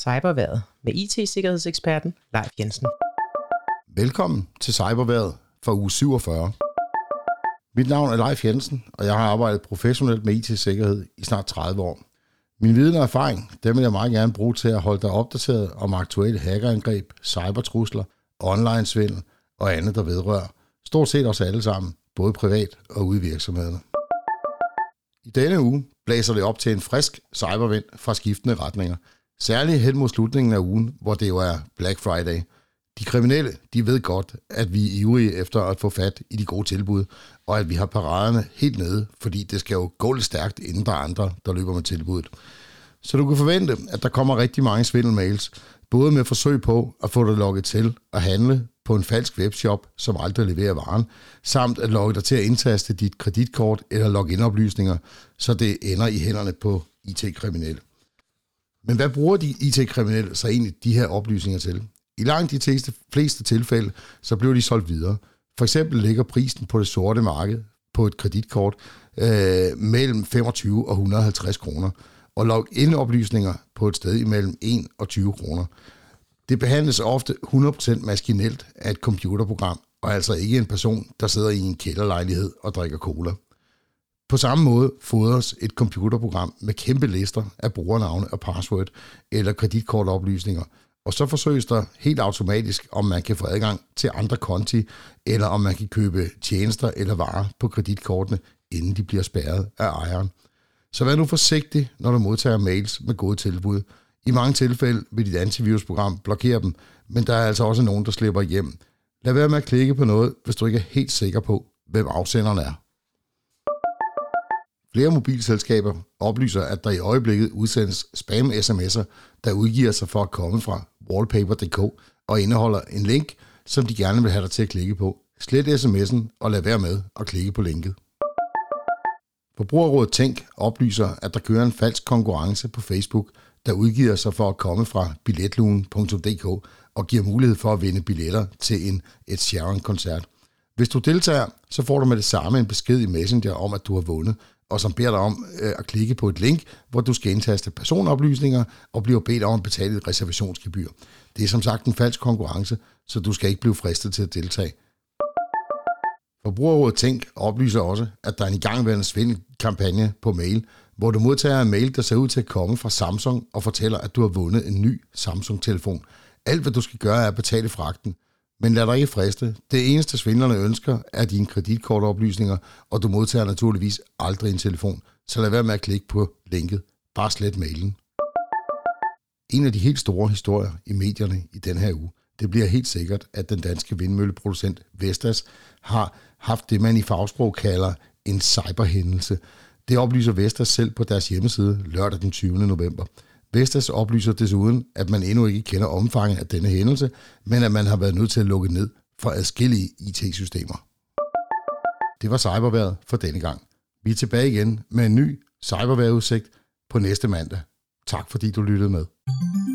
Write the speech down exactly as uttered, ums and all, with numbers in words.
Cyberværet med I T-sikkerhedseksperten Leif Jensen. Velkommen til Cyberværet for uge syvogfyrre. Mit navn er Leif Jensen, og jeg har arbejdet professionelt med I T-sikkerhed i snart tredive år. Min viden og erfaring, dem vil jeg meget gerne bruge til at holde dig opdateret om aktuelle hackerangreb, cybertrusler, online-svindel og andet, der vedrører stort set os alle sammen, både privat og ude i virksomhederne. I denne uge blæser det op til en frisk cybervind fra skiftende retninger. Særligt hen mod slutningen af ugen, hvor det jo er Black Friday. De kriminelle, de ved godt, at vi er ivrige efter at få fat i de gode tilbud, og at vi har paraderne helt nede, fordi det skal jo gå lidt stærkt, inden der er andre, der løber med tilbuddet. Så du kan forvente, at der kommer rigtig mange svindelmails, både med forsøg på at få dig logget til at handle på en falsk webshop, som aldrig leverer varen, samt at logge dig til at indtaste dit kreditkort eller login-oplysninger, så det ender i hænderne på I T-kriminelle. Men hvad bruger de I T-kriminelle så egentlig de her oplysninger til? I langt de fleste tilfælde, så bliver de solgt videre. For eksempel ligger prisen på det sorte marked på et kreditkort øh, mellem femogtyve og et hundrede og halvtreds kroner, og login-oplysninger på et sted imellem en og tyve kroner. Det behandles ofte hundrede procent maskinelt af et computerprogram, og altså ikke en person, der sidder i en kælderlejlighed og drikker cola. På samme måde fodres et computerprogram med kæmpe lister af brugernavne og password eller kreditkortoplysninger, og så forsøges der helt automatisk, om man kan få adgang til andre konti, eller om man kan købe tjenester eller varer på kreditkortene, inden de bliver spærret af ejeren. Så vær nu forsigtig, når du modtager mails med gode tilbud. I mange tilfælde vil dit antivirusprogram blokere dem, men der er altså også nogen, der slipper hjem. Lad være med at klikke på noget, hvis du ikke er helt sikker på, hvem afsenderen er. Flere mobilselskaber oplyser, at der i øjeblikket udsendes spam-sms'er, der udgiver sig for at komme fra wallpaper punktum d k og indeholder en link, som de gerne vil have dig til at klikke på. Slet sms'en og lad være med at klikke på linket. Forbrugerrådet Tænk oplyser, at der kører en falsk konkurrence på Facebook, der udgiver sig for at komme fra billetlugen punktum d k og giver mulighed for at vinde billetter til en Ed Sheeran-koncert. Hvis du deltager, så får du med det samme en besked i Messenger om, at du har vundet, og som beder dig om øh, at klikke på et link, hvor du skal indtaste personoplysninger og bliver bedt om at betale et reservationsgebyr. Det er som sagt en falsk konkurrence, så du skal ikke blive fristet til at deltage. Forbrugerrådet Tænk oplyser også, at der er en igangværende svindelkampagne på mail, hvor du modtager en mail, der ser ud til at komme fra Samsung og fortæller, at du har vundet en ny Samsung-telefon. Alt, hvad du skal gøre, er at betale fragten. Men lad dig ikke friste. Det eneste svindlerne ønsker er dine kreditkortoplysninger, og du modtager naturligvis aldrig en telefon. Så lad være med at klikke på linket. Bare slet mailen. En af de helt store historier i medierne i den her uge, det bliver helt sikkert, at den danske vindmølleproducent Vestas har haft det, man i fagsprog kalder en cyberhændelse. Det oplyser Vestas selv på deres hjemmeside lørdag den tyvende november. Vestas oplyser desuden, at man endnu ikke kender omfanget af denne hændelse, men at man har været nødt til at lukke ned for adskillige I T-systemer. Det var Cyberværet for denne gang. Vi er tilbage igen med en ny Cyberværetudsigt på næste mandag. Tak fordi du lyttede med.